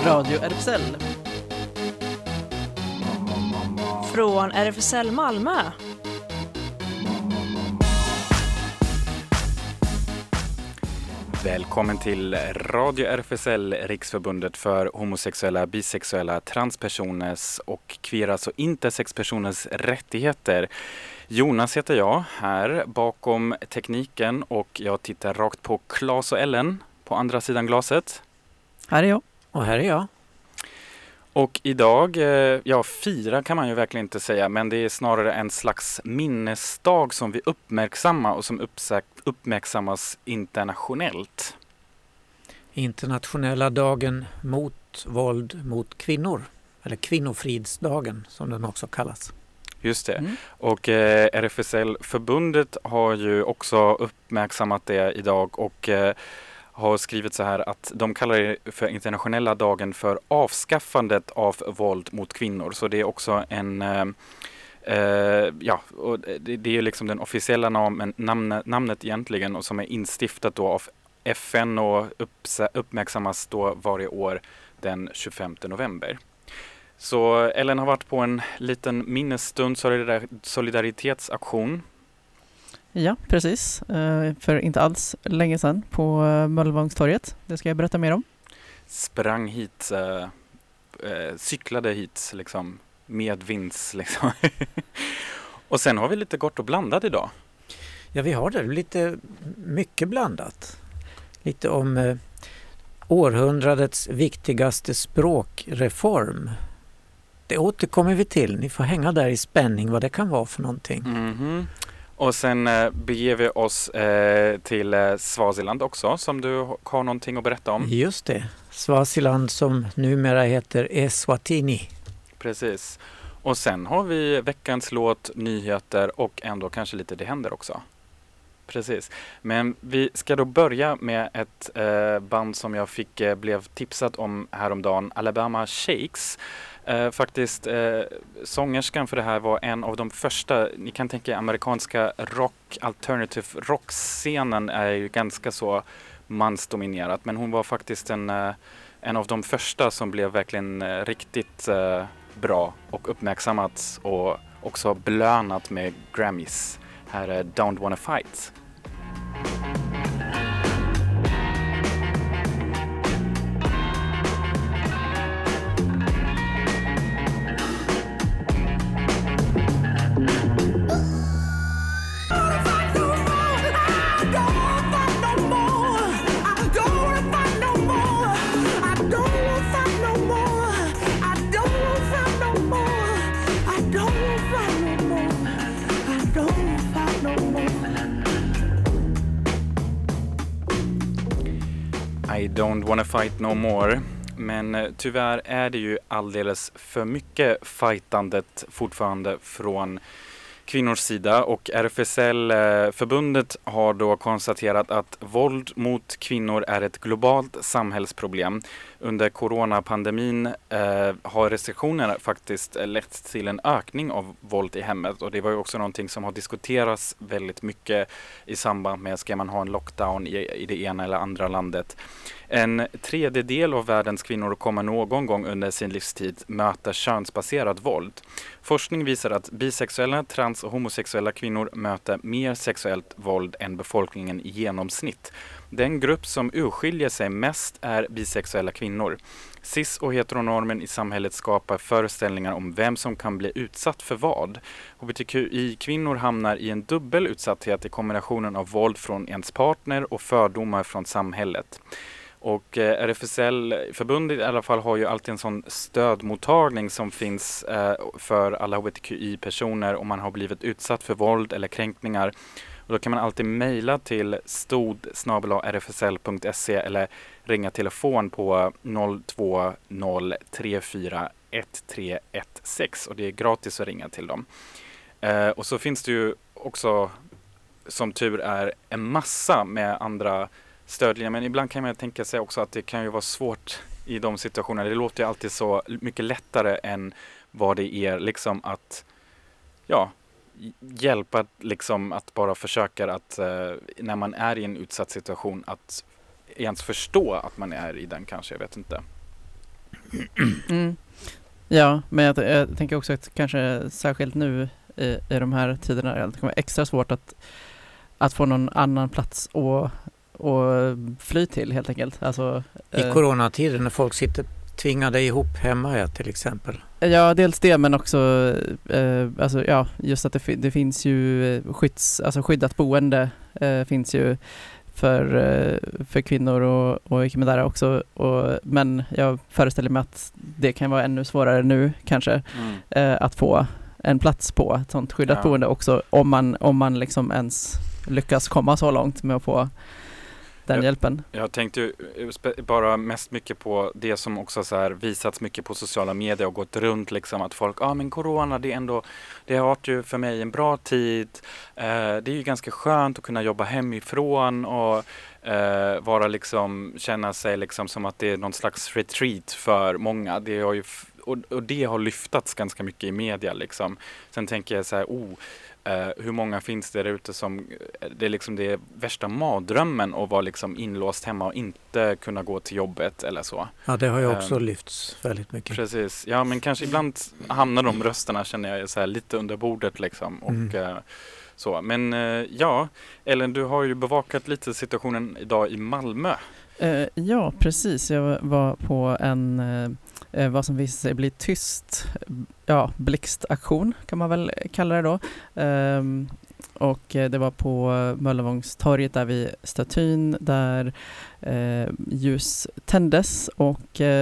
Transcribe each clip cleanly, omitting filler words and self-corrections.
Radio RFSL. Från RFSL Malmö. Välkommen till Radio RFSL, Riksförbundet för homosexuella, bisexuella, transpersoners och queeras och intersexpersoners rättigheter. Jonas heter jag, här bakom tekniken, och jag tittar rakt på Claes och Ellen på andra sidan glaset. Här är jag. Och här är jag. Och idag, fira kan man ju verkligen inte säga, men det är snarare en slags minnesdag som vi uppmärksammar och som uppmärksammas internationellt. Internationella dagen mot våld mot kvinnor, eller kvinnofridsdagen som den också kallas. Just det. Och RFSL-förbundet har ju också uppmärksammat det idag och har skrivit så här att de kallar det för internationella dagen för avskaffandet av våld mot kvinnor. Så det är också en, och det är liksom den officiella namnet egentligen, och som är instiftat då av FN och uppmärksammas då varje år den 25 november. Så Ellen har varit på en liten minnesstund, solidaritetsaktion. Ja, precis. För inte alls länge sedan på Möllevångstorget. Det ska jag berätta mer om. Sprang hit, cyklade hit liksom, medvinds liksom. Och sen har vi lite gott och blandat idag. Ja, vi har det lite mycket blandat. Lite om århundradets viktigaste språkreform. Det återkommer vi till. Ni får hänga där i spänning vad det kan vara för någonting. Mm-hmm. Och sen beger vi oss till Swaziland också, som du har någonting att berätta om. Just det. Swaziland som numera heter Eswatini. Precis. Och sen har vi veckans låt, nyheter och ändå kanske lite det händer också. Precis. Men vi ska då börja med ett band som jag blev tipsat om häromdagen, Alabama Shakes. Faktiskt sångerskan för det här var en av de första, ni kan tänka amerikanska alternative rock-scenen är ju ganska så mansdominerat, men hon var faktiskt en av de första som blev verkligen riktigt bra och uppmärksammat och också belönat med Grammys. Här är Don't Wanna Fight. I don't wanna fight no more. Men tyvärr är det ju alldeles för mycket fightandet fortfarande från kvinnors sida, och RFSL-förbundet har då konstaterat att våld mot kvinnor är ett globalt samhällsproblem. Under coronapandemin har restriktionerna faktiskt lett till en ökning av våld i hemmet, och det var ju också någonting som har diskuterats väldigt mycket i samband med ska man ha en lockdown i det ena eller andra landet. En tredjedel av världens kvinnor kommer någon gång under sin livstid möta könsbaserat våld. Forskning visar att bisexuella, trans- och homosexuella kvinnor möter mer sexuellt våld än befolkningen i genomsnitt. Den grupp som urskiljer sig mest är bisexuella kvinnor. Cis- och heteronormen i samhället skapar föreställningar om vem som kan bli utsatt för vad. HBTQI-kvinnor hamnar i en dubbel utsatthet i kombinationen av våld från ens partner och fördomar från samhället. Och RFSL-förbundet i alla fall har ju alltid en sån stödmottagning som finns för alla HBTQI-personer om man har blivit utsatt för våld eller kränkningar. Och då kan man alltid mejla till stod@rfsl.se eller ringa telefon på 020341316, och det är gratis att ringa till dem. Och så finns det ju också, som tur är, en massa med andra stödlinjer, men ibland kan man tänka sig också att det kan ju vara svårt i de situationerna. Det låter ju alltid så mycket lättare än vad det är liksom att hjälpa liksom att bara försöka att när man är i en utsatt situation att ens förstå att man är i den, kanske, jag vet inte. Ja, men jag tänker också att kanske särskilt nu i de här tiderna det kommer vara extra svårt att få någon annan plats och fly till helt enkelt. Alltså, I coronatiden när folk sitter tvingade ihop hemma till exempel. Ja, dels det, men också alltså, ja, just att det finns ju skyddat boende finns ju för kvinnor och icke-binära också. Men jag föreställer mig att det kan vara ännu svårare nu kanske att få en plats på ett sånt skyddat boende också om man liksom ens lyckas komma så långt med att få den hjälpen. Jag tänkte ju bara mest mycket på det som också så här visats mycket på sociala medier och gått runt liksom att folk, men corona det har varit ju för mig en bra tid. Det är ju ganska skönt att kunna jobba hemifrån och vara liksom, känna sig liksom som att det är någon slags retreat för många. Det har ju och det har lyftats ganska mycket i media liksom. Sen tänker jag så här, hur många finns det där ute som det är liksom det värsta mardrömmen att vara liksom inlåst hemma och inte kunna gå till jobbet eller så. Ja, det har ju också lyfts väldigt mycket. Precis. Ja, men kanske ibland hamnar de rösterna, känner jag, så här lite under bordet liksom och så. Men Ellen, du har ju bevakat lite situationen idag i Malmö. Ja, precis. Jag var på en vad som visade sig bli tyst blixtaktion kan man väl kalla det då. Och det var på Möllevångstorget där vid statyn där ljus tändes och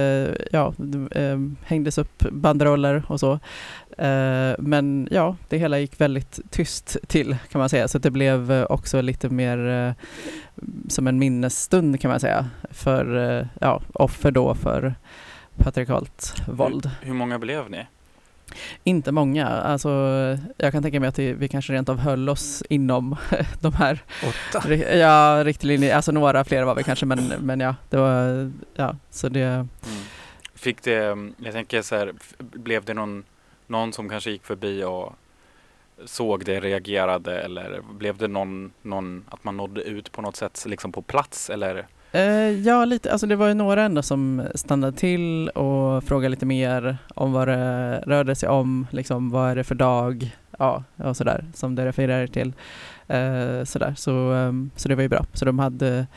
hängdes upp banderoller och så. Men det hela gick väldigt tyst till kan man säga, så det blev också lite mer som en minnesstund kan man säga för offer då för patriarkalt våld. Hur många blev ni? Inte många. Alltså, jag kan tänka mig att vi kanske rent av höll oss inom de här 8. Riktlinjer. Alltså några fler var vi kanske, men det var så det. Fick det, jag tänker så här, blev det någon som kanske gick förbi och såg det, reagerade, eller blev det någon att man nådde ut på något sätt liksom på plats eller? Ja, lite. Alltså det var ju några ändå som stannade till och frågade lite mer om vad det rörde sig om, liksom vad är det för dag, och sådär, som det refererar till. Sådär. Så det var ju bra. Så de hade,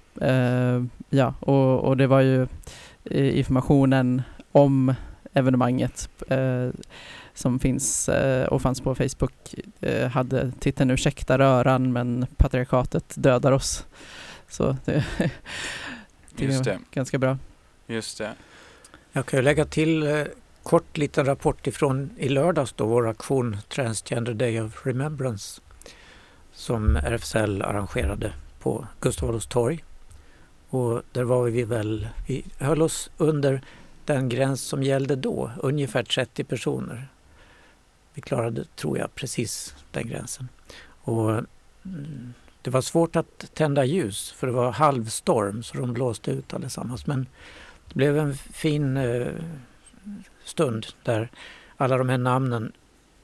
och det var ju informationen om evenemanget som finns och fanns på Facebook hade titeln "Ursäkta röran, men patriarkatet dödar oss". Så det är ganska bra. Just det. Jag kan ju lägga till kort liten rapport ifrån i lördags då, vår aktion Transgender Day of Remembrance som RFSL arrangerade på Gustav Adolfs torg. Och där var vi höll oss under den gräns som gällde då, ungefär 30 personer. Vi klarade, tror jag, precis den gränsen. Och det var svårt att tända ljus för det var halvstorm så de blåste ut allesammans. Men det blev en fin stund där alla de här namnen,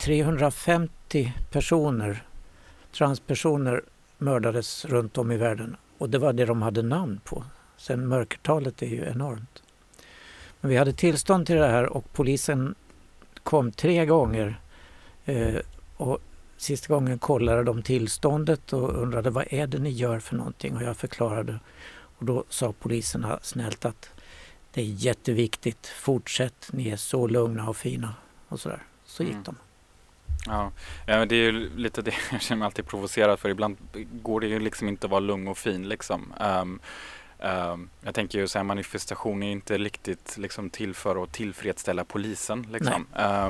350 personer, transpersoner mördades runt om i världen. Och det var det de hade namn på. Sen mörkertalet är ju enormt. Men vi hade tillstånd till det här och polisen kom 3 gånger och sista gången kollade de tillståndet och undrade vad är det ni gör för någonting, och jag förklarade och då sa poliserna snällt att det är jätteviktigt, fortsätt, ni är så lugna och fina och sådär. Så gick de. Ja, det är ju lite det jag känner mig alltid provocerad för. Ibland går det ju liksom inte att vara lugn och fin liksom. Jag tänker ju så här, manifestation är inte riktigt liksom till för att tillfredsställa polisen liksom.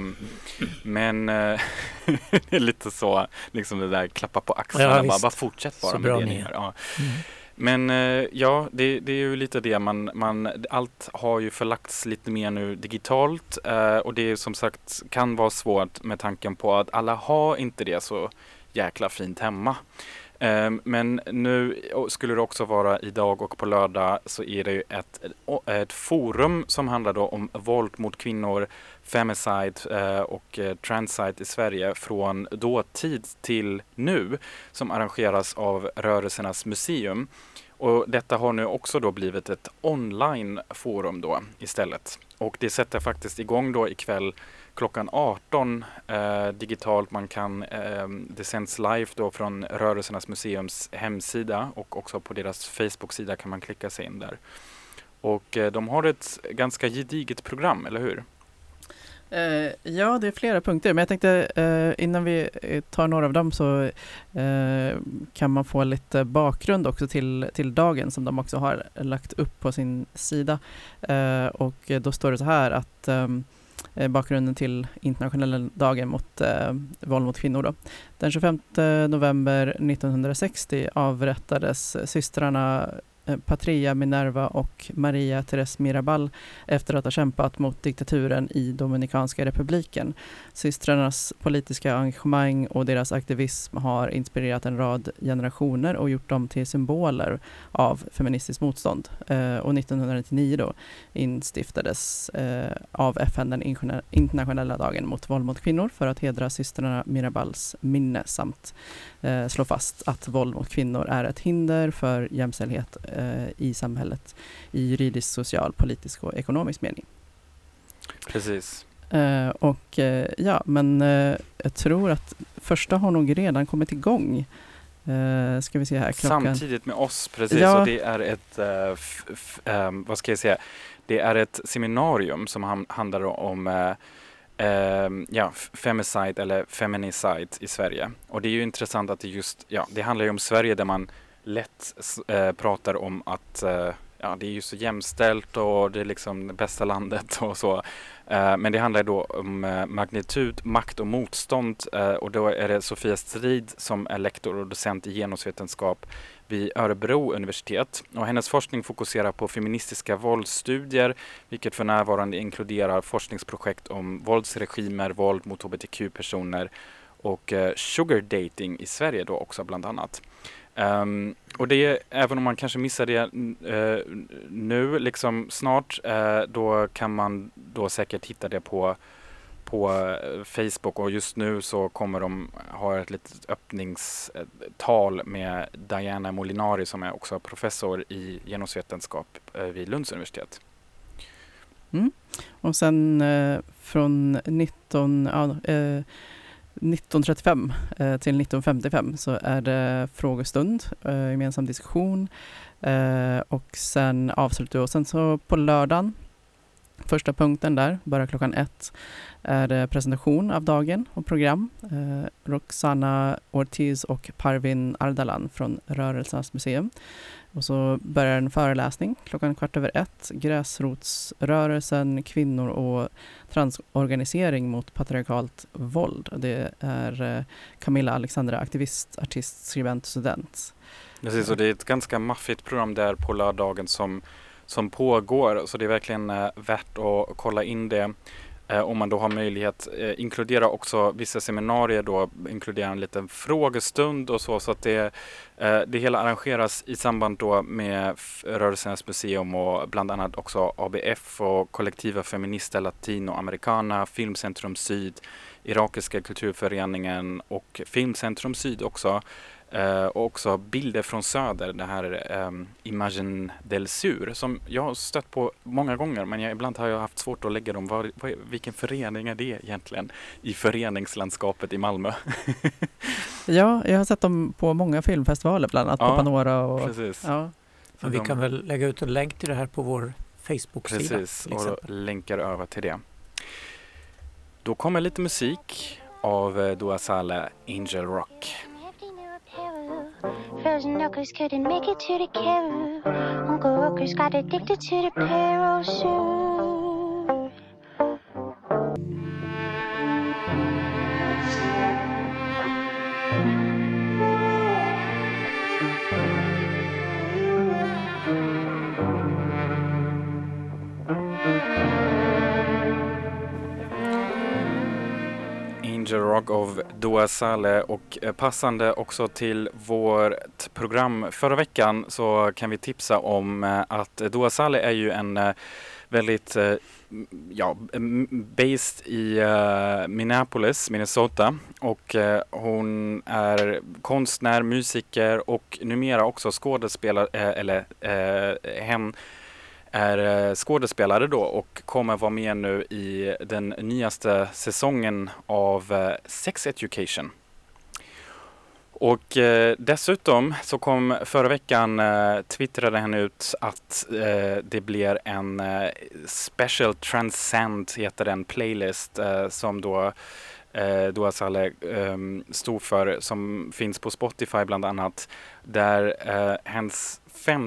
Men det är lite så liksom det där klappa på axlarna, bara fortsätt bara med det ni gör. Ja. Men det är ju lite det allt har ju förlagts lite mer nu digitalt och det är som sagt kan vara svårt med tanken på att alla har inte det så jäkla fint hemma. Men nu skulle det också vara idag och på lördag så är det ju ett forum som handlar då om våld mot kvinnor femicide och transite i Sverige från dåtid till nu, som arrangeras av Rörelsernas museum. Och detta har nu också då blivit ett online-forum då istället. Och det sätter faktiskt igång då ikväll klockan 18 digitalt. Det sänds live då från Rörelsernas museums hemsida, och också på deras Facebook-sida kan man klicka sig in där. Och de har ett ganska gediget program, eller hur? Ja, det är flera punkter, men jag tänkte innan vi tar några av dem så kan man få lite bakgrund också till dagen som de också har lagt upp på sin sida. Och då står det så här att bakgrunden till internationella dagen mot våld mot kvinnor då. Den 25 november 1960 avrättades systrarna Patria Minerva och Maria Therese Mirabal efter att ha kämpat mot diktaturen i Dominikanska republiken. Systrarnas politiska engagemang och deras aktivism har inspirerat en rad generationer och gjort dem till symboler av feministiskt motstånd. Och 1999 då instiftades av FN den internationella dagen mot våld mot kvinnor för att hedra systrarna Mirabals minne samt slå fast att våld mot kvinnor är ett hinder för jämställdhet i samhället i juridisk, social, politisk och ekonomisk mening. Precis. Men jag tror att första har nog redan kommit igång. Ska vi se här klockan. Samtidigt med oss, precis. Ja. Och det är ett vad ska jag säga? Det är ett seminarium som handlar om femicide eller feminicide i Sverige. Och det är ju intressant att det handlar ju om Sverige där man lätt pratar om att det är ju så jämställt och det är liksom det bästa landet och så. Men det handlar då om magnitud, makt och motstånd, och då är det Sofia Strid som är lektor och docent i genusvetenskap vid Örebro universitet. Och hennes forskning fokuserar på feministiska våldsstudier, vilket för närvarande inkluderar forskningsprojekt om våldsregimer, våld mot hbtq-personer och sugar dating i Sverige då också bland annat. Och det, även om man kanske missar det nu liksom snart, då kan man då säkert hitta det på Facebook, och just nu så kommer de ha ett litet öppningstal med Diana Molinari som är också professor i genusvetenskap vid Lunds universitet. Och sen från 19:35 till 19:55 så är det frågestund, gemensam diskussion, och sen avslutar vi. Och sen så på lördagen, första punkten där, bara klockan 1, är det presentation av dagen och program. Roxana Ortiz och Parvin Ardalan från Rörelsernas museum. Och så börjar en föreläsning klockan 1:15. Gräsrotsrörelsen, kvinnor och transorganisering mot patriarkalt våld. Det är Camilla Alexandra, aktivist, artist, skribent, student. Precis, och det är ett ganska maffigt program där på lördagen som pågår. Så det är verkligen värt att kolla in det. Om man då har möjlighet, inkludera också vissa seminarier då, inkludera en liten frågestund och så att det hela arrangeras i samband då med Rörelsernas museum och bland annat också ABF och Kollektiva Feminister Latinoamericana, Filmcentrum Syd, Irakiska kulturföreningen och Filmcentrum Syd också. Och också Bilder från Söder, det här Imagen del Sur, som jag har stött på många gånger, men ibland har jag haft svårt att lägga dem. Vilken förening är det egentligen i föreningslandskapet i Malmö? Ja, jag har sett dem på många filmfestivaler, bland annat på Panora. Och, precis. Ja. Men vi kan väl lägga ut en länk till det här på vår Facebook-sida. Precis, och länkar över till det. Då kommer lite musik av Dua Saleh, Angel Rock. Frozen knuckles couldn't make it to the Cairo. Uncle Rookers got addicted to the payroll soon. Angel Rock av Dua Saleh, och passande också till vårt program förra veckan så kan vi tipsa om att Dua Saleh är ju en väldigt based i Minneapolis, Minnesota, och hon är konstnär, musiker och numera också skådespelare, hen är skådespelare då och kommer vara med nu i den nyaste säsongen av Sex Education. Och dessutom så kom förra veckan twittrade henne ut att det blir en Special Transcend, heter den, playlist som då Dua Saleh stod för, som finns på Spotify bland annat, där hennes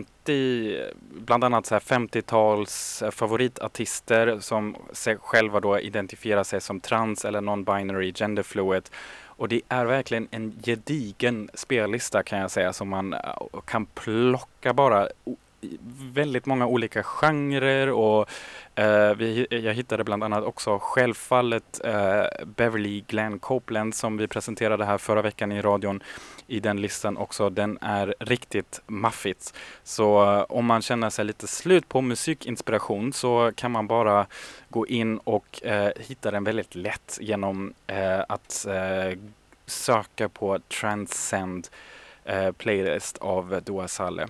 50-tals favoritartister som sig själva då identifierar sig som trans eller non-binary, genderfluid. Och det är verkligen en gedigen spellista, kan jag säga, som man kan plocka bara väldigt många olika genrer, och jag hittade bland annat också självfallet Beverly Glenn Copeland som vi presenterade här förra veckan i radion i den listan också. Den är riktigt maffigt. Så om man känner sig lite slut på musikinspiration så kan man bara gå in och hitta den väldigt lätt genom att söka på Transcend playlist av Dua Saleh.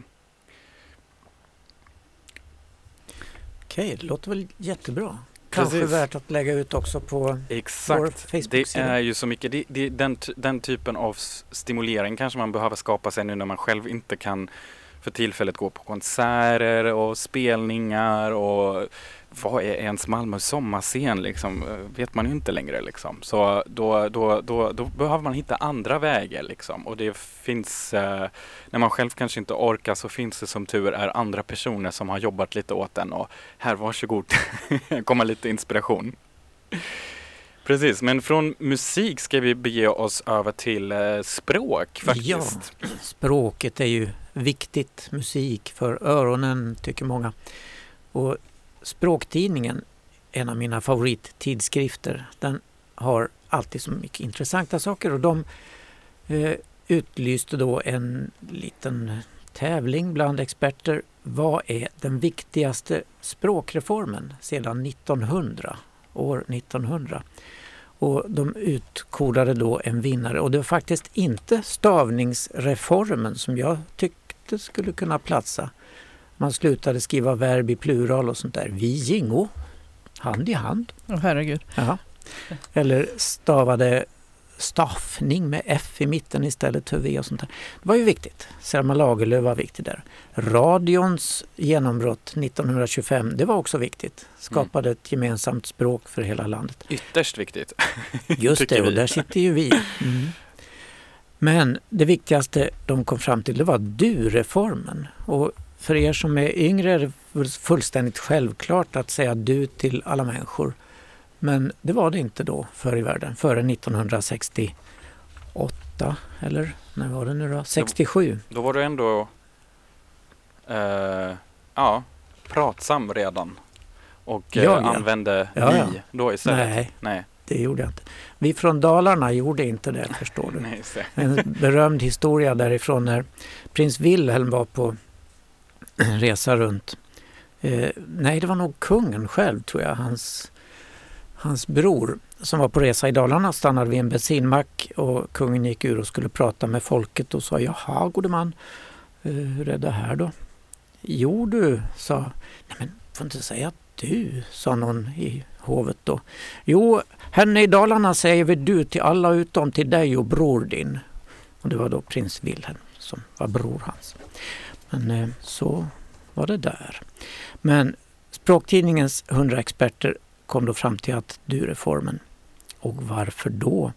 Okej, det låter väl jättebra. Kanske Precis. värt att lägga ut också på vår Facebook-sida. Det är ju så mycket. Den typen av stimulering kanske man behöver skapa sig nu när man själv inte kan för tillfället gå på konserter och spelningar, och vad är ens Malmö sommarscen liksom, vet man ju inte längre liksom. Så då behöver man hitta andra vägar liksom, och det finns när man själv kanske inte orkar, så finns det som tur är andra personer som har jobbat lite åt den, och här, varsågod, komma lite inspiration. Precis, men från musik ska vi bege oss över till språk faktiskt. Ja, språket är ju viktigt, musik för öronen tycker många. Och Språktidningen, en av mina favorittidskrifter, den har alltid så mycket intressanta saker, och de utlyste då en liten tävling bland experter. Vad är den viktigaste språkreformen sedan år 1900? Och de utkodade då en vinnare, och det var faktiskt inte stavningsreformen som jag tyckte skulle kunna platsa. Man slutade skriva verb i plural och sånt där. Vi gingo, hand i hand. Herregud. Jaha. Eller stavade staffning med F i mitten istället för V och sånt där. Det var ju viktigt. Selma Lagerlöf var viktig där. Radions genombrott 1925, det var också viktigt. Skapade ett gemensamt språk för hela landet. Ytterst viktigt. Just det, och där sitter ju vi. Mm. Men det viktigaste de kom fram till, det var du-reformen. Och för er som är yngre är det fullständigt självklart att säga du till alla människor. Men det var det inte då förr i världen, före 1968, eller när var det nu då? 67. Då var du ändå pratsam redan och använde ni då istället. Nej, det gjorde jag inte. Vi från Dalarna gjorde inte det, förstår du. Nej, en berömd historia därifrån när prins Wilhelm var på resa runt. Nej, det var nog kungen själv, tror jag. Hans bror som var på resa i Dalarna stannade vid en bensinmack, och kungen gick ur och skulle prata med folket och sa: jaha, gode man, hur är det här då? Jo du, sa, nej men får inte säga du, sa någon i hovet då. Jo, henne i Dalarna säger vi du till alla utom till dig och bror din. Och det var då prins Wilhelm som var bror hans. Men så var det där. Men Språktidningens 100 experter kom då fram till att du-reformen. Och varför då?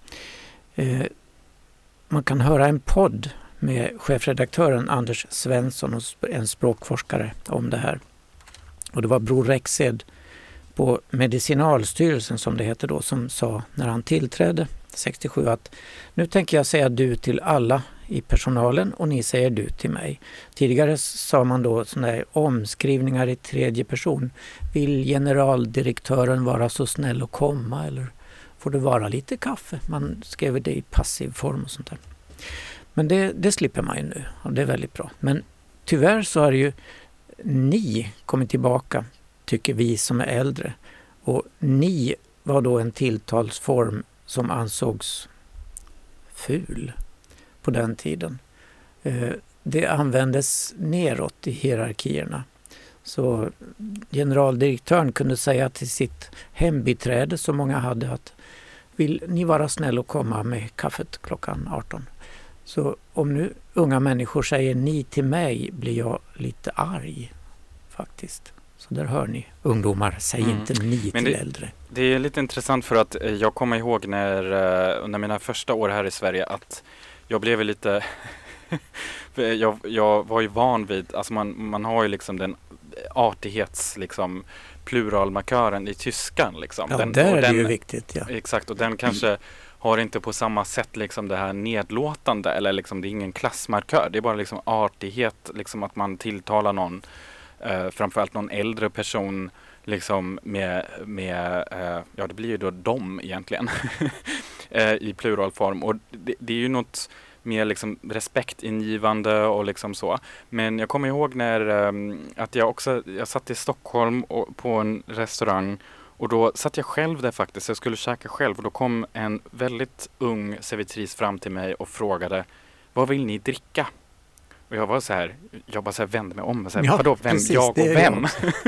Man kan höra en podd med chefredaktören Anders Svensson och en språkforskare om det här. Och det var Bror Rexed på Medicinalstyrelsen, som det heter då, som sa när han tillträdde 67 att nu tänker jag säga du till alla i personalen och ni säger du till mig. Tidigare sa man då sådana här omskrivningar i tredje person. Vill generaldirektören vara så snäll och komma, eller får det vara lite kaffe? Man skrev det i passiv form och sånt där. Men det slipper man ju nu, och det är väldigt bra. Men tyvärr så har ju ni kommit tillbaka tycker vi som är äldre. Och ni var då en tilltalsform som ansågs ful på den tiden. Det användes neråt i hierarkierna. Så generaldirektören kunde säga till sitt hembiträde som många hade att vill ni vara snäll och komma med kaffet klockan 18. Så om nu unga människor säger ni till mig blir jag lite arg faktiskt. Så där hör ni, ungdomar, säg inte ni till äldre. Det är lite intressant för att jag kommer ihåg under mina första år här i Sverige att jag blev lite jag var ju van vid, alltså man har ju liksom den artighets liksom pluralmarkören i tyskan liksom. Ja, där är det ju viktigt. Ja. Exakt, och den kanske har inte på samma sätt liksom det här nedlåtande eller liksom det är ingen klassmarkör. Det är bara liksom artighet, liksom att man tilltalar någon, framförallt någon äldre person liksom med ja det blir ju då de egentligen i pluralform och det är ju något mer liksom respektingivande och liksom så. Men jag kommer ihåg när att jag satt i Stockholm på en restaurang och då satt jag själv där faktiskt. Jag skulle käka själv och då kom en väldigt ung servitris fram till mig och frågade vad vill ni dricka? Och jag var så här, jag bara så här vände mig om och så här, vadå, vem, precis, jag och vem?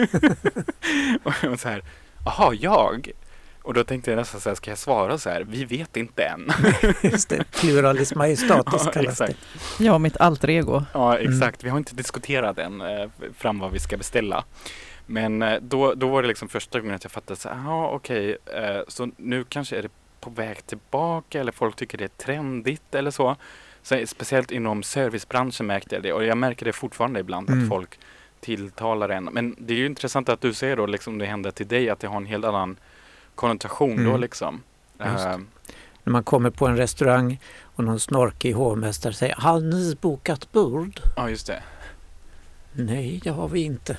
Och så här, aha, jag? Och då tänkte jag nästan så här, ska jag svara så här, vi vet inte än. Just det, pluralis majestatis kallas det. Ja, mitt alter ego. Ja, exakt. Vi har inte diskuterat än fram vad vi ska beställa. Men då var det liksom första gången att jag fattade så här, ja okej, så nu kanske är det på väg tillbaka eller folk tycker det är trendigt eller så. Så speciellt inom servicebranschen märkte jag det och jag märker det fortfarande ibland att folk tilltalar en. Men det är ju intressant att du säger då liksom det hände till dig att det har en helt annan konnotation då liksom. När man kommer på en restaurang och någon snorkig hovmästare säger, har ni bokat bord? Ja, just det. Nej, det har vi inte.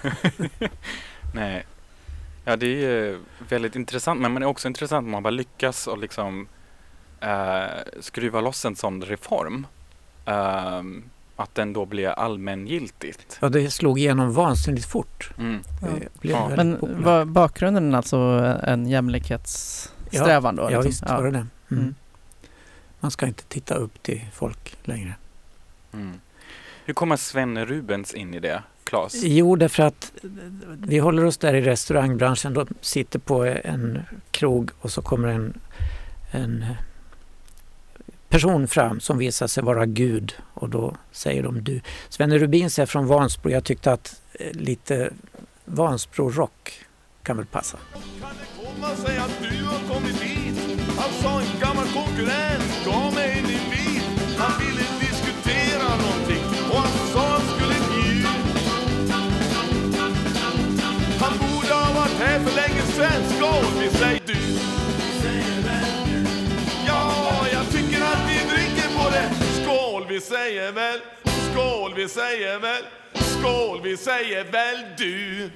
Nej. Ja, det är väldigt intressant, men det är också intressant om man bara lyckas och liksom skruva loss en sån reform. Att den då blir allmängiltigt. Ja, det slog igenom vansinnigt fort. Men var bakgrunden alltså en jämlikhetssträvan då? Ja, liksom? Visst var det det. Man ska inte titta upp till folk längre. Hur kommer Sven Rubens in i det, Claes? Jo, därför att vi håller oss där i restaurangbranschen. Då sitter på en krog och så kommer en person fram som visar sig vara Gud och då säger de du. Sven Rubins är från Vansbro. Jag tyckte att lite Vansbro-rock kan väl passa. Kan det komma sig att du har kommit hit? Han sa en gammal konkurrent gav mig en invit. Han ville diskutera någonting och han sa han skulle bjuda. Han borde ha varit här för länge sedan. Skål, vi säger du. Ja, jag tycker att vi dricker på det. Skål, vi säger väl. Skål, vi säger väl. Skål, vi säger väl du.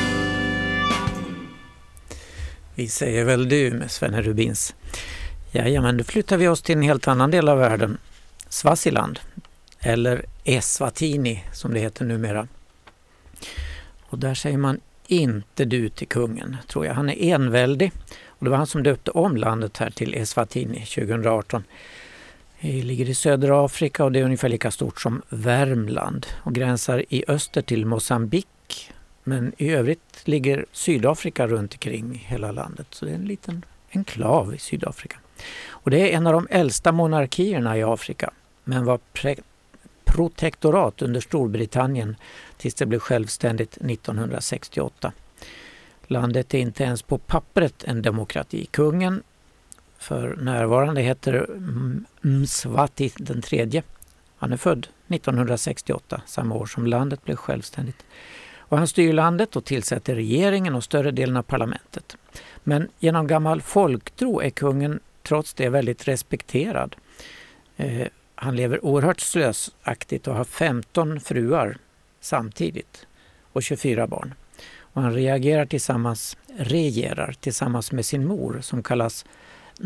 Vi säger väl du med Sven Rubins. Men då flyttar vi oss till en helt annan del av världen. Swaziland. Eller Eswatini som det heter numera. Och där säger man inte du till kungen, tror jag. Han är enväldig. Och det var han som döpte om landet här till Eswatini 2018. Det ligger i södra Afrika och det är ungefär lika stort som Värmland. Och gränsar i öster till Mosambik. Men i övrigt ligger Sydafrika runt omkring hela landet. Så det är en liten enklav i Sydafrika. Och det är en av de äldsta monarkierna i Afrika. Men var protektorat under Storbritannien tills det blev självständigt 1968. Landet är inte ens på pappret en demokrati. Kungen för närvarande heter Mswati den tredje. Han är född 1968, samma år som landet blev självständigt. Och han styr landet och tillsätter regeringen och större delen av parlamentet. Men genom gammal folktro är kungen trots det väldigt respekterad. Han lever oerhört slösaktigt och har 15 fruar samtidigt och 24 barn. Och han regerar tillsammans med sin mor som kallas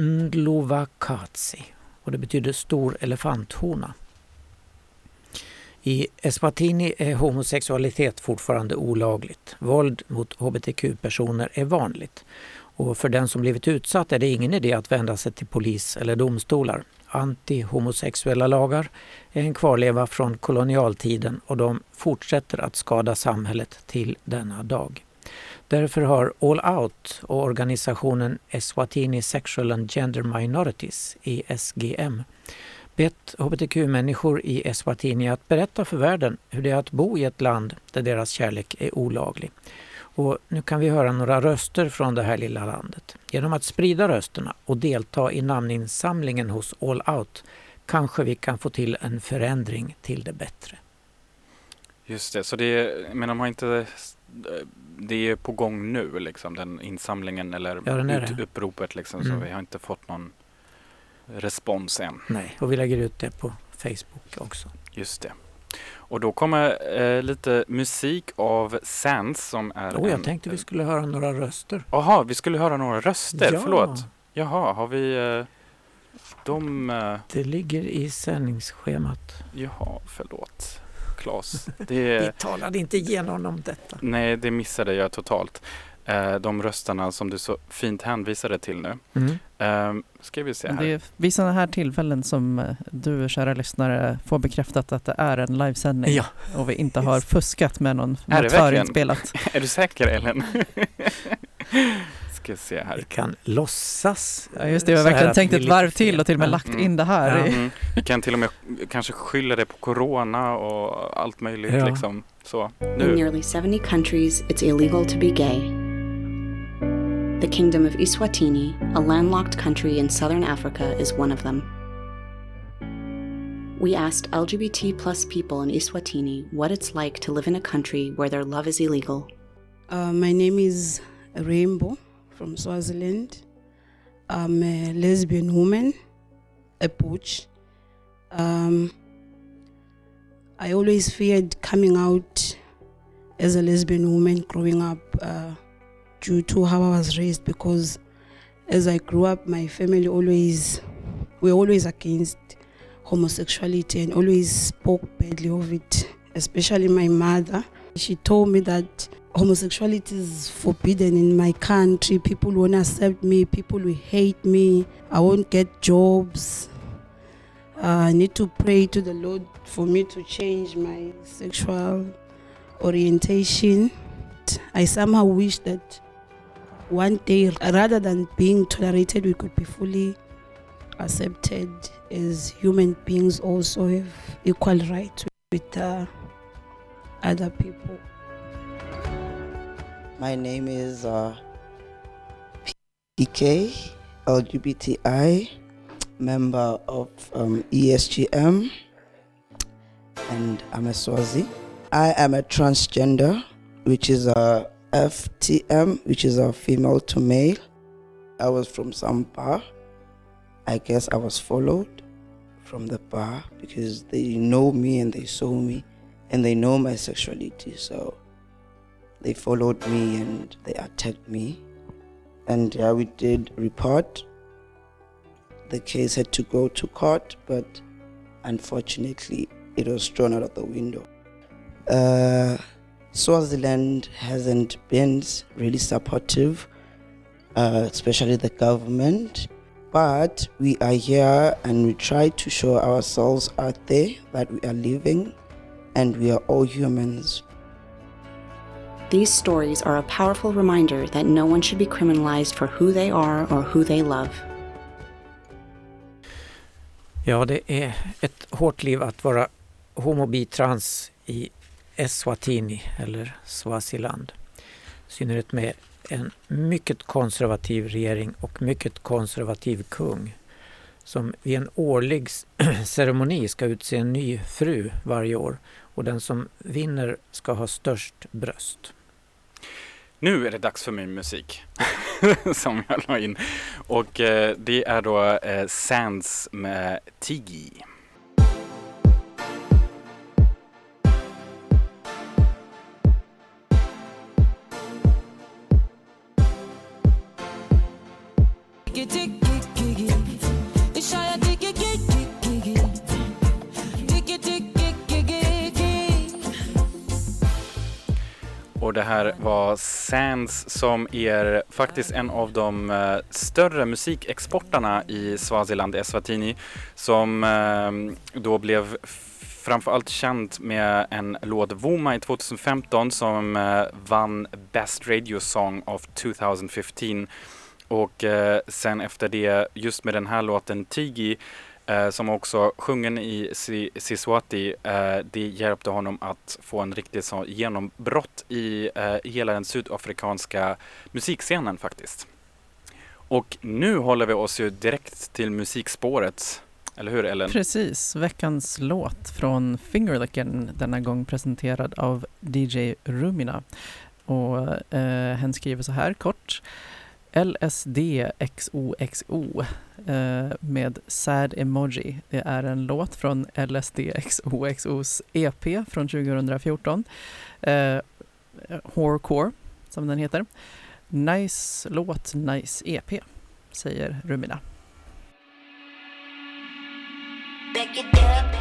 Ndlovakatsi och det betyder stor elefanthona. I Eswatini är homosexualitet fortfarande olagligt. Våld mot hbtq-personer är vanligt. Och för den som blivit utsatt är det ingen idé att vända sig till polis eller domstolar. Anti-homosexuella lagar är en kvarleva från kolonialtiden och de fortsätter att skada samhället till denna dag. Därför har All Out och organisationen Eswatini Sexual and Gender Minorities, ESGM, bett hbtq-människor i Eswatini att berätta för världen hur det är att bo i ett land där deras kärlek är olaglig. Och nu kan vi höra några röster från det här lilla landet. Genom att sprida rösterna och delta i namninsamlingen hos All Out kanske vi kan få till en förändring till det bättre. Just det, så men de har inte, det är på gång nu liksom, den insamlingen eller uppropet liksom, så vi har inte fått någon respons än. Nej, och vi lägger ut det på Facebook också. Just det. Och då kommer lite musik av Sands som är jag tänkte vi skulle höra några röster. Jaha, vi skulle höra några röster, ja. Förlåt. Jaha, har vi Det ligger i sändningsschemat. Jaha, förlåt. Klas. Vi talade inte igenom om detta. Nej, det missade jag totalt. De rösterna som du så fint hänvisade till nu. Ska vi se här. Det är vid sådana här tillfällen som du, kära lyssnare, får bekräftat att det är en livesändning. Ja. Och vi inte har fuskat med något förinspelat. Är du säker, Ellen? Ska se här. Vi kan låtsas. Ja, just det, jag har verkligen tänkt ett varv till och till och med lagt in det här. Vi kan till och med kanske skylla det på corona och allt möjligt liksom. Så, nu. In nearly 70 countries, it's illegal to be gay. The Kingdom of Eswatini, a landlocked country in southern Africa, is one of them. We asked LGBT plus people in Eswatini what it's like to live in a country where their love is illegal. My name is Rainbow from Swaziland. I'm a lesbian woman, a butch. I always feared coming out as a lesbian woman growing up due to how I was raised, because as I grew up, my family were always against homosexuality and always spoke badly of it, especially my mother. She told me that homosexuality is forbidden in my country. People won't accept me. People will hate me. I won't get jobs. I need to pray to the Lord for me to change my sexual orientation. I somehow wish that one day, rather than being tolerated, we could be fully accepted as human beings, also have equal rights with other people. My name is PK, LGBTI, member of ESGM, and I'm a Swazi. I am a transgender, which is a FTM, which is a female to male. I was from some bar. I guess I was followed from the bar because they know me and they saw me and they know my sexuality. So they followed me and they attacked me. And we did report. The case had to go to court, but unfortunately it was thrown out of the window. Swaziland hasn't been really supportive, especially the government, but we are here and we try to show ourselves out there that we are living and we are all humans. These stories are a powerful reminder that no one should be criminalized for who they are or who they love. Ja, det är ett hårt liv att vara homo, bi, trans i Eswatini eller Swaziland. I synnerhet med en mycket konservativ regering och mycket konservativ kung som vid en årlig ceremoni ska utse en ny fru varje år, och den som vinner ska ha störst bröst. Nu är det dags för min musik som jag la in, och det är då Sands med Tigi. Och det här var Sands som är faktiskt en av de större musikexportarna i Swaziland, Eswatini, som då blev framförallt känd med en låt Vuma i 2015 som vann Best Radio Song of 2015. Och sen efter det, just med den här låten Tigi, som också sjungen i Siswati, det hjälpte honom att få en riktigt så genombrott i hela den sydafrikanska musikscenen faktiskt. Och nu håller vi oss ju direkt till musikspåret, eller hur Ellen? Precis, veckans låt från Fingerlicken, denna gång presenterad av DJ Rumina. Och hen skriver så här kort: LSDXOXO med sad emoji. Det är en låt från LSDXOXOs EP från 2014. Horrorcore som den heter. Nice låt, nice EP, säger Rumina. Back it up.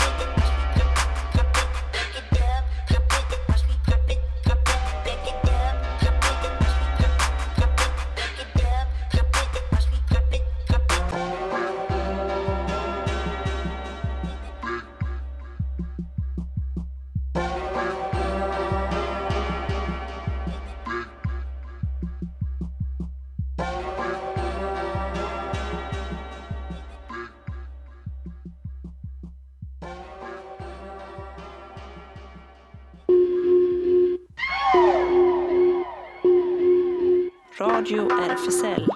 Radio RFSL.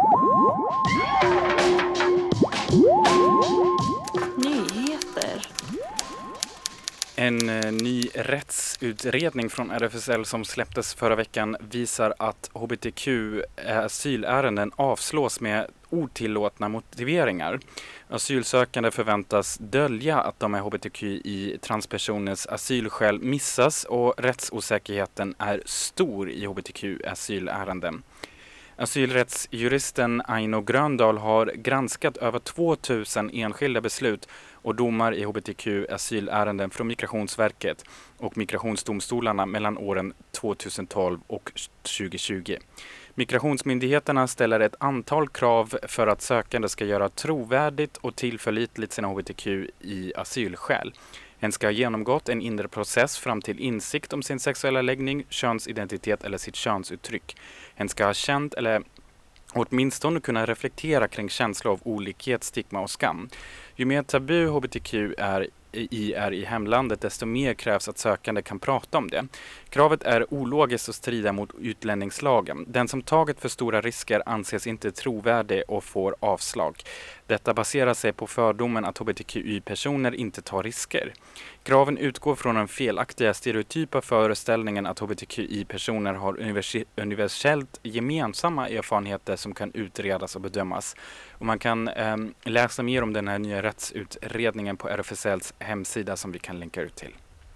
Nyheter. En ny rättsutredning från RFSL som släpptes förra veckan visar att hbtq-asylärenden avslås med otillåtna motiveringar. Asylsökande förväntas dölja att de är hbtqi-transpersoners asylskäl missas och rättsosäkerheten är stor i hbtq-asylärenden. Asylrättsjuristen Aino Gröndal har granskat över 2000 enskilda beslut och domar i hbtq-asylärenden från Migrationsverket och migrationsdomstolarna mellan åren 2012 och 2020. Migrationsmyndigheterna ställer ett antal krav för att sökande ska göra trovärdigt och tillförlitligt sina hbtqi-asylskäl. En ska ha genomgått en inre process fram till insikt om sin sexuella läggning, könsidentitet eller sitt könsuttryck. En ska ha känt eller åtminstone kunna reflektera kring känslor av olikhet, stigma och skam. Ju mer tabu hbtq är i hemlandet, desto mer krävs att sökande kan prata om det. Kravet är ologiskt och strider mot utlänningslagen. Den som tagit för stora risker anses inte trovärdig och får avslag. Detta baserar sig på fördomen att hbtqi-personer inte tar risker. Kraven utgår från den felaktiga stereotypa föreställningen att hbtqi-personer har universellt gemensamma erfarenheter som kan utredas och bedömas. Och man kan läsa mer om den här nya rättsutredningen på RFSLs hemsida som vi kan länka ut till.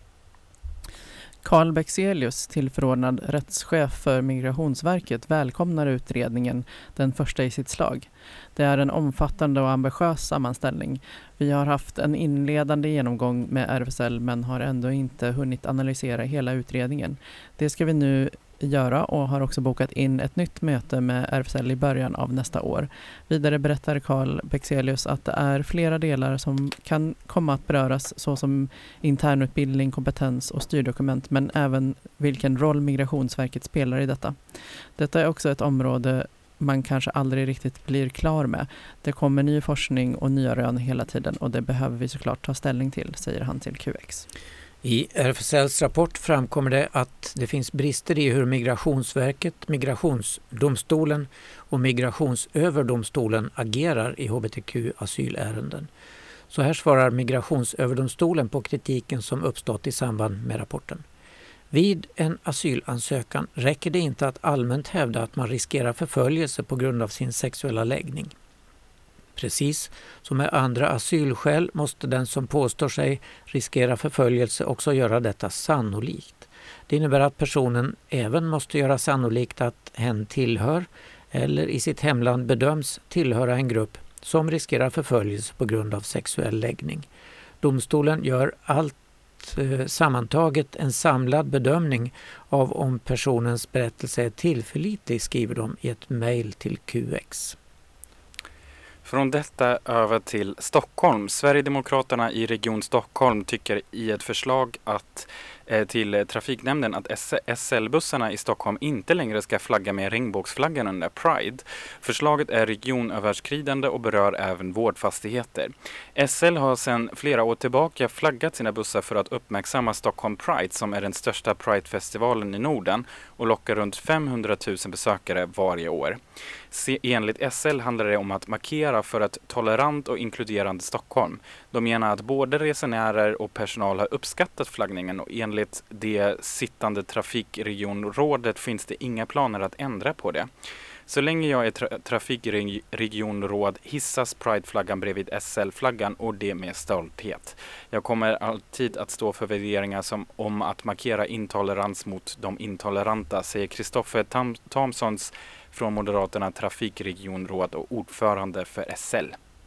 Carl Bexelius, tillförordnad rättschef för Migrationsverket, välkomnar utredningen, den första i sitt slag. Det är en omfattande och ambitiös sammanställning. Vi har haft en inledande genomgång med RFSL men har ändå inte hunnit analysera hela utredningen. Det ska vi nu göra och har också bokat in ett nytt möte med RFSL i början av nästa år. Vidare berättar Carl Bexelius att det är flera delar som kan komma att beröras, såsom internutbildning, kompetens och styrdokument, men även vilken roll Migrationsverket spelar i detta. Detta är också ett område man kanske aldrig riktigt blir klar med. Det kommer ny forskning och nya rön hela tiden och det behöver vi såklart ta ställning till, säger han till QX. I RFSLs rapport framkommer det att det finns brister i hur Migrationsverket, Migrationsdomstolen och Migrationsöverdomstolen agerar i hbtq-asylärenden. Så här svarar Migrationsöverdomstolen på kritiken som uppstått i samband med rapporten. Vid en asylansökan räcker det inte att allmänt hävda att man riskerar förföljelse på grund av sin sexuella läggning. Precis som med andra asylskäl måste den som påstår sig riskera förföljelse också göra detta sannolikt. Det innebär att personen även måste göra sannolikt att hen tillhör eller i sitt hemland bedöms tillhöra en grupp som riskerar förföljelse på grund av sexuell läggning. Domstolen gör allt ett sammantaget en samlad bedömning av om personens berättelse är tillförlitlig, skriver de i ett mejl till QX. Från detta över till Stockholm. Sverigedemokraterna i Region Stockholm tycker i ett förslag till trafiknämnden att SL-bussarna i Stockholm inte längre ska flagga med regnbågsflaggan under Pride. Förslaget är regionöverskridande och berör även vårdfastigheter. SL har sedan flera år tillbaka flaggat sina bussar för att uppmärksamma Stockholm Pride, som är den största Pride-festivalen i Norden och lockar runt 500 000 besökare varje år. Enligt SL handlar det om att markera för ett tolerant och inkluderande Stockholm. De menar att både resenärer och personal har uppskattat flaggningen, och enligt det sittande trafikregionrådet finns det inga planer att ändra på det. Så länge jag är trafikregionråd hissas Pride-flaggan bredvid SL-flaggan, och det med stolthet. Jag kommer alltid att stå för värderingar om att markera intolerans mot de intoleranta, säger Kristoffer Thomsons från Moderaterna trafikregionråd och ordförande för SL.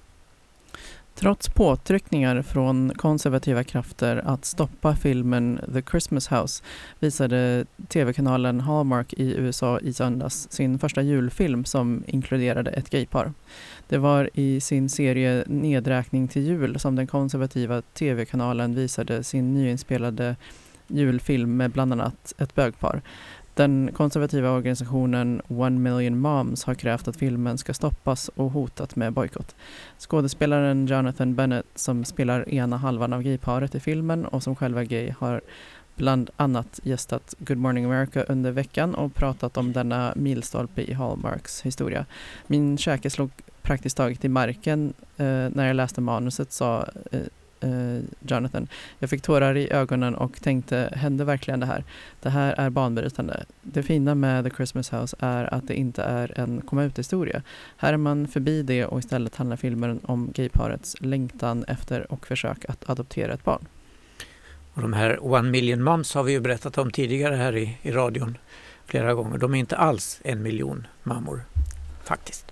Trots påtryckningar från konservativa krafter att stoppa filmen The Christmas House visade tv-kanalen Hallmark i USA i söndags sin första julfilm som inkluderade ett gaypar. Det var i sin serie Nedräkning till jul som den konservativa tv-kanalen visade sin nyinspelade julfilm med bland annat ett bögpar. Den konservativa organisationen 1 Million Moms har krävt att filmen ska stoppas och hotat med bojkott. Skådespelaren Jonathan Bennett, som spelar ena halvan av gayparet i filmen och som själv är gay, har bland annat gästat Good Morning America under veckan och pratat om denna milstolpe i Hallmarks historia. Min käke slog praktiskt taget i marken när jag läste manuset, sa Jonathan. Jag fick tårar i ögonen och tänkte, hände verkligen det här? Det här är banbrytande. Det fina med The Christmas House är att det inte är en komma ut-historia. Här är man förbi det och istället handlar filmen om gayparets längtan efter och försök att adoptera ett barn. Och de här 1 Million Moms har vi ju berättat om tidigare här i radion flera gånger. De är inte alls 1 miljon mammor, faktiskt.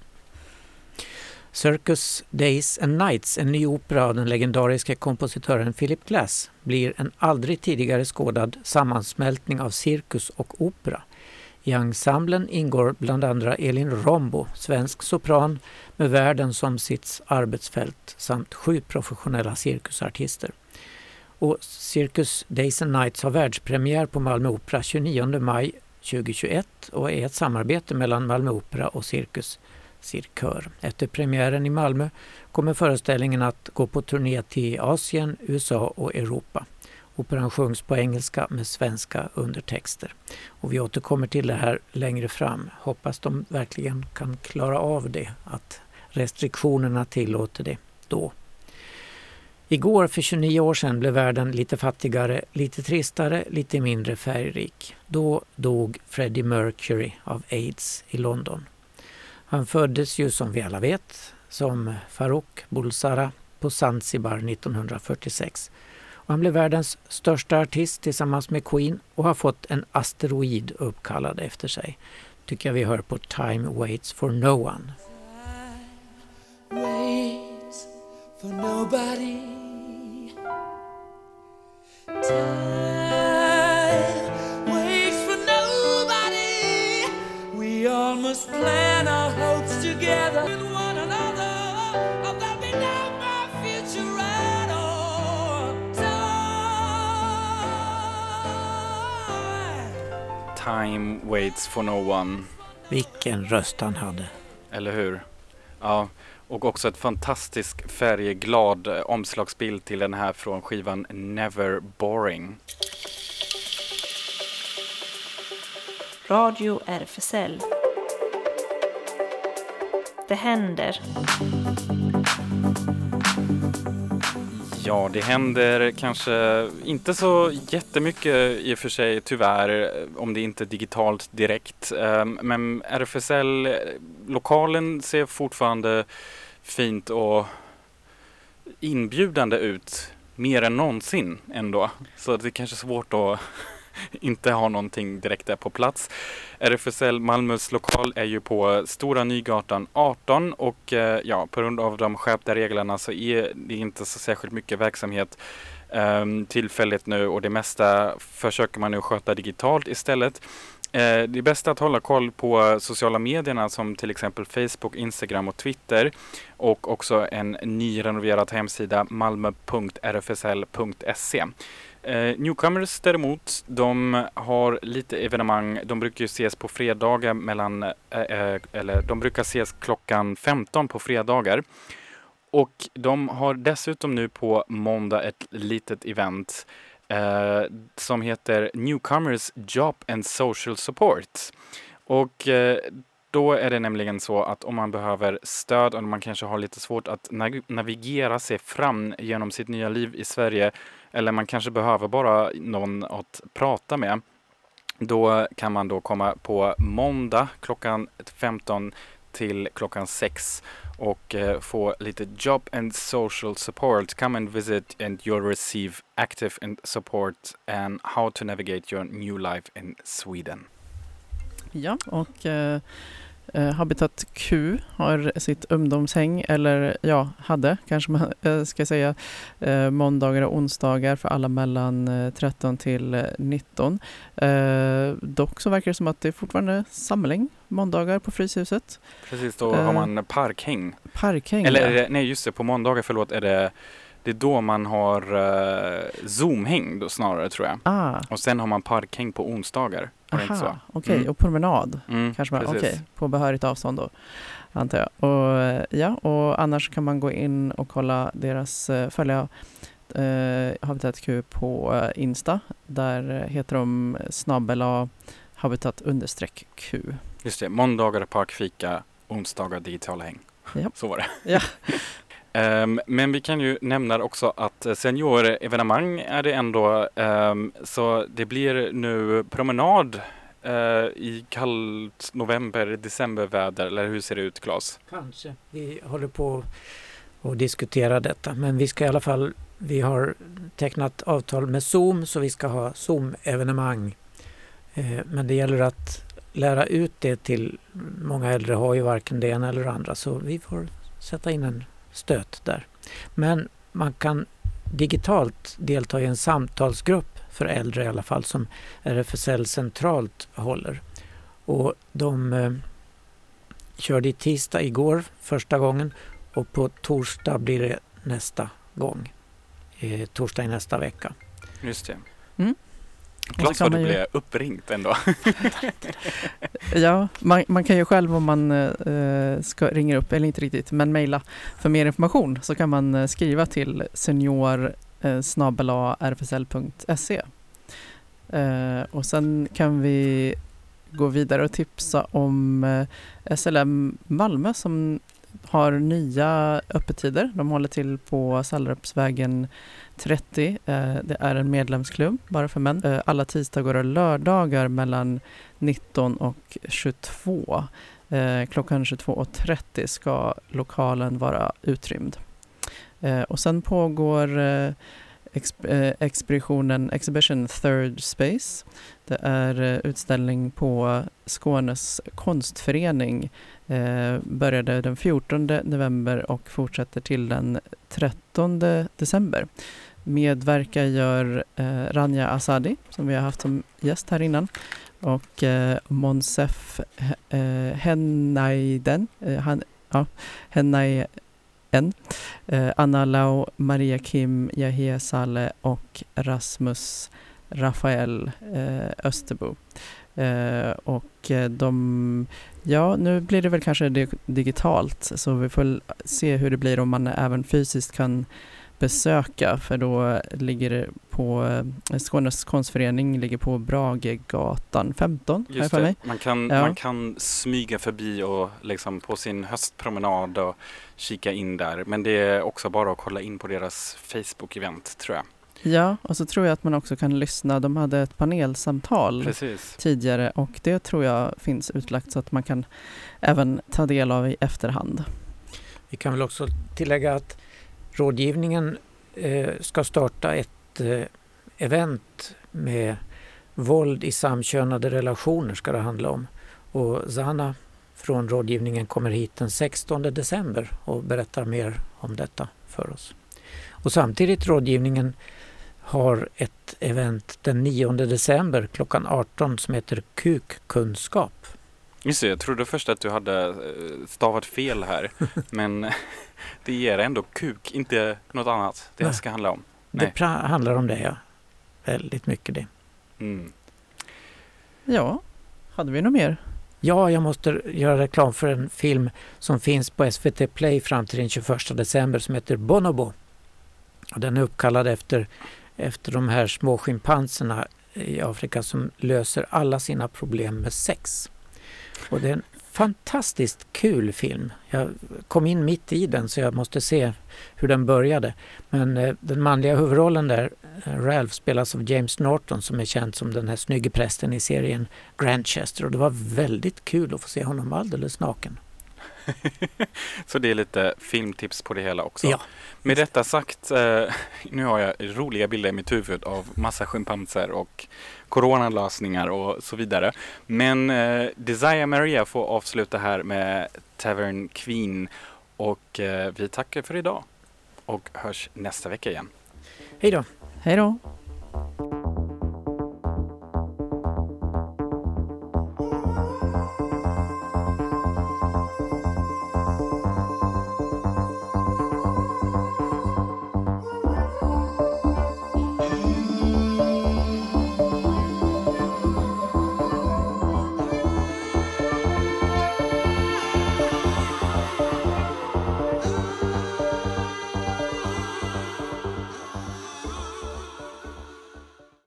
Circus Days and Nights, en ny opera av den legendariska kompositören Philip Glass, blir en aldrig tidigare skådad sammansmältning av cirkus och opera. I ensemblen ingår bland andra Elin Rombo, svensk sopran med världen som sitt arbetsfält, samt 7 professionella cirkusartister. Och Circus Days and Nights har världspremiär på Malmö Opera 29 maj 2021 och är ett samarbete mellan Malmö Opera och Cirkör. Efter premiären i Malmö kommer föreställningen att gå på turné till Asien, USA och Europa. Operan sjungs på engelska med svenska undertexter. Och vi återkommer till det här längre fram. Hoppas de verkligen kan klara av det, att restriktionerna tillåter det då. Igår för 29 år sedan blev världen lite fattigare, lite tristare, lite mindre färgrik. Då dog Freddie Mercury av AIDS i London. Han föddes ju, som vi alla vet, som Farouk Bulsara på Zanzibar 1946. Och han blev världens största artist tillsammans med Queen och har fått en asteroid uppkallad efter sig. Tycker jag vi hör på Time Waits for No One. Time waits for nobody. Time waits for nobody. We all must plan our hopes together with one another. Oh, there'll be no more future at all. Time waits for no one. Vilken röst han hade. Eller hur? Ja, och också ett fantastisk färgglad omslagsbild till den här från skivan Never Boring. Radio RFSL. Det händer. Ja, det händer kanske inte så jättemycket i och för sig, tyvärr, om det inte är digitalt direkt. Men RFSL-lokalen ser fortfarande fint och inbjudande ut, mer än någonsin ändå. Så det är kanske svårt att inte ha någonting direkt där på plats. RFSL Malmös lokal är ju på Stora Nygatan 18 och ja, på grund av de skärpta reglerna så är det inte så särskilt mycket verksamhet tillfälligt nu, och det mesta försöker man nu sköta digitalt istället. Det är bäst att hålla koll på sociala medierna som till exempel Facebook, Instagram och Twitter, och också en nyrenoverad hemsida malmo.rfsl.se. Newcomers däremot, de har lite evenemang. De brukar ju ses på fredagar eller de brukar ses klockan 15 på fredagar. Och de har dessutom nu på måndag ett litet event som heter Newcomers Job and Social Support. Och då är det nämligen så att om man behöver stöd, och man kanske har lite svårt att navigera sig fram genom sitt nya liv i Sverige, eller man kanske behöver bara någon att prata med, då kan man då komma på måndag klockan 15 till klockan 6 och få lite job and social support. Come and visit and you'll receive active and support and how to navigate your new life in Sweden. Ja, och Habitat Q har sitt ungdomshäng, eller ja, hade kanske man ska säga, måndagar och onsdagar för alla mellan 13 till 19. Dock så verkar det som att det är fortfarande samling måndagar på Fryshuset. Precis, då har man parkhäng. Parkhäng, eller nej, just det, på måndagar, förlåt, det är då man har Zoom-häng då, snarare, tror jag. Och sen har man parkhäng på onsdagar. Aha, okej. Och promenad. Kanske man, på behörigt avstånd då, antar jag. Och annars kan man gå in och kolla deras följa Habitat Q på Insta. Där heter de /habitat_Q. Just det, måndagar parkfika, onsdagar digitala häng. Ja. Så var det. Ja. Men vi kan ju nämna också att seniorevenemang är det ändå, så det blir nu promenad i kallt november-decemberväder, eller hur ser det ut, Claes? Kanske. Vi håller på att diskutera detta, men vi har tecknat avtal med Zoom, så vi ska ha Zoom-evenemang. Men det gäller att lära ut det till många äldre, har ju varken det ena eller det andra, så vi får sätta in en stöt där. Men man kan digitalt delta i en samtalsgrupp för äldre i alla fall, som RFSL centralt håller. Och de körde i tisdag igår första gången, och på torsdag blir det nästa gång. Torsdag i nästa vecka. Just det. Klart vad du blev uppringt ändå. Ja, man kan ju själv, om man ska ringa upp, eller inte riktigt, men mejla för mer information, så kan man skriva till senior@rfsl.se. Och sen kan vi gå vidare och tipsa om SLM Malmö som har nya öppettider. De håller till på Sallerupsvägen 30. Det är en medlemsklubb bara för män. Alla tisdagar och lördagar mellan 19 och 22. Klockan 22:30 ska lokalen vara utrymd. Och sen pågår Exhibition Third Space. Det är utställning på Skånes konstförening. Började den 14 november och fortsätter till den 13 december. Medverkar gör Rania Asadi, som vi har haft som gäst här innan, och Monsef Hennaiden, Anna Lau, Maria Kim, Yahya Saleh och Rasmus Rafael Österbo. Och nu blir det väl kanske digitalt, så vi får se hur det blir om man även fysiskt kan besöka, för då ligger det på Skånes konstförening, ligger på Bragegatan 15. Just för mig. Man kan smyga förbi och liksom på sin höstpromenad och kika in där, men det är också bara att kolla in på deras Facebook-event, tror jag. Ja, och så tror jag att man också kan lyssna. De hade ett panelsamtal tidigare, och det tror jag finns utlagt så att man kan även ta del av i efterhand. Vi kan väl också tillägga att rådgivningen ska starta ett event med våld i samkönade relationer, ska det handla om. Och Zana från rådgivningen kommer hit den 16 december och berättar mer om detta för oss. Och samtidigt rådgivningen har ett event den 9 december klockan 18 som heter Kukkunskap. Just det, jag trodde först att du hade stavat fel här. Men det ger ändå kuk, inte något annat det ska handla om. Nej. Det handlar om det, ja. Väldigt mycket det. Mm. Ja, hade vi något mer? Ja, jag måste göra reklam för en film som finns på SVT Play fram till den 21 december som heter Bonobo. Och den är uppkallad efter de här små schimpanserna i Afrika som löser alla sina problem med sex. Och det är en fantastiskt kul film. Jag kom in mitt i den så jag måste se hur den började. Men den manliga huvudrollen där, Ralph, spelas av James Norton som är känd som den här snygge prästen i serien Grantchester. Och det var väldigt kul att få se honom alldeles naken. Så det är lite filmtips på det hela också. Ja. Med detta sagt, nu har jag roliga bilder i mitt huvud av massa schimpanser och coronalösningar och så vidare. Men Desire Maria får avsluta här med Tavern Queen och vi tackar för idag och hörs nästa vecka igen. Hej då! Hej då!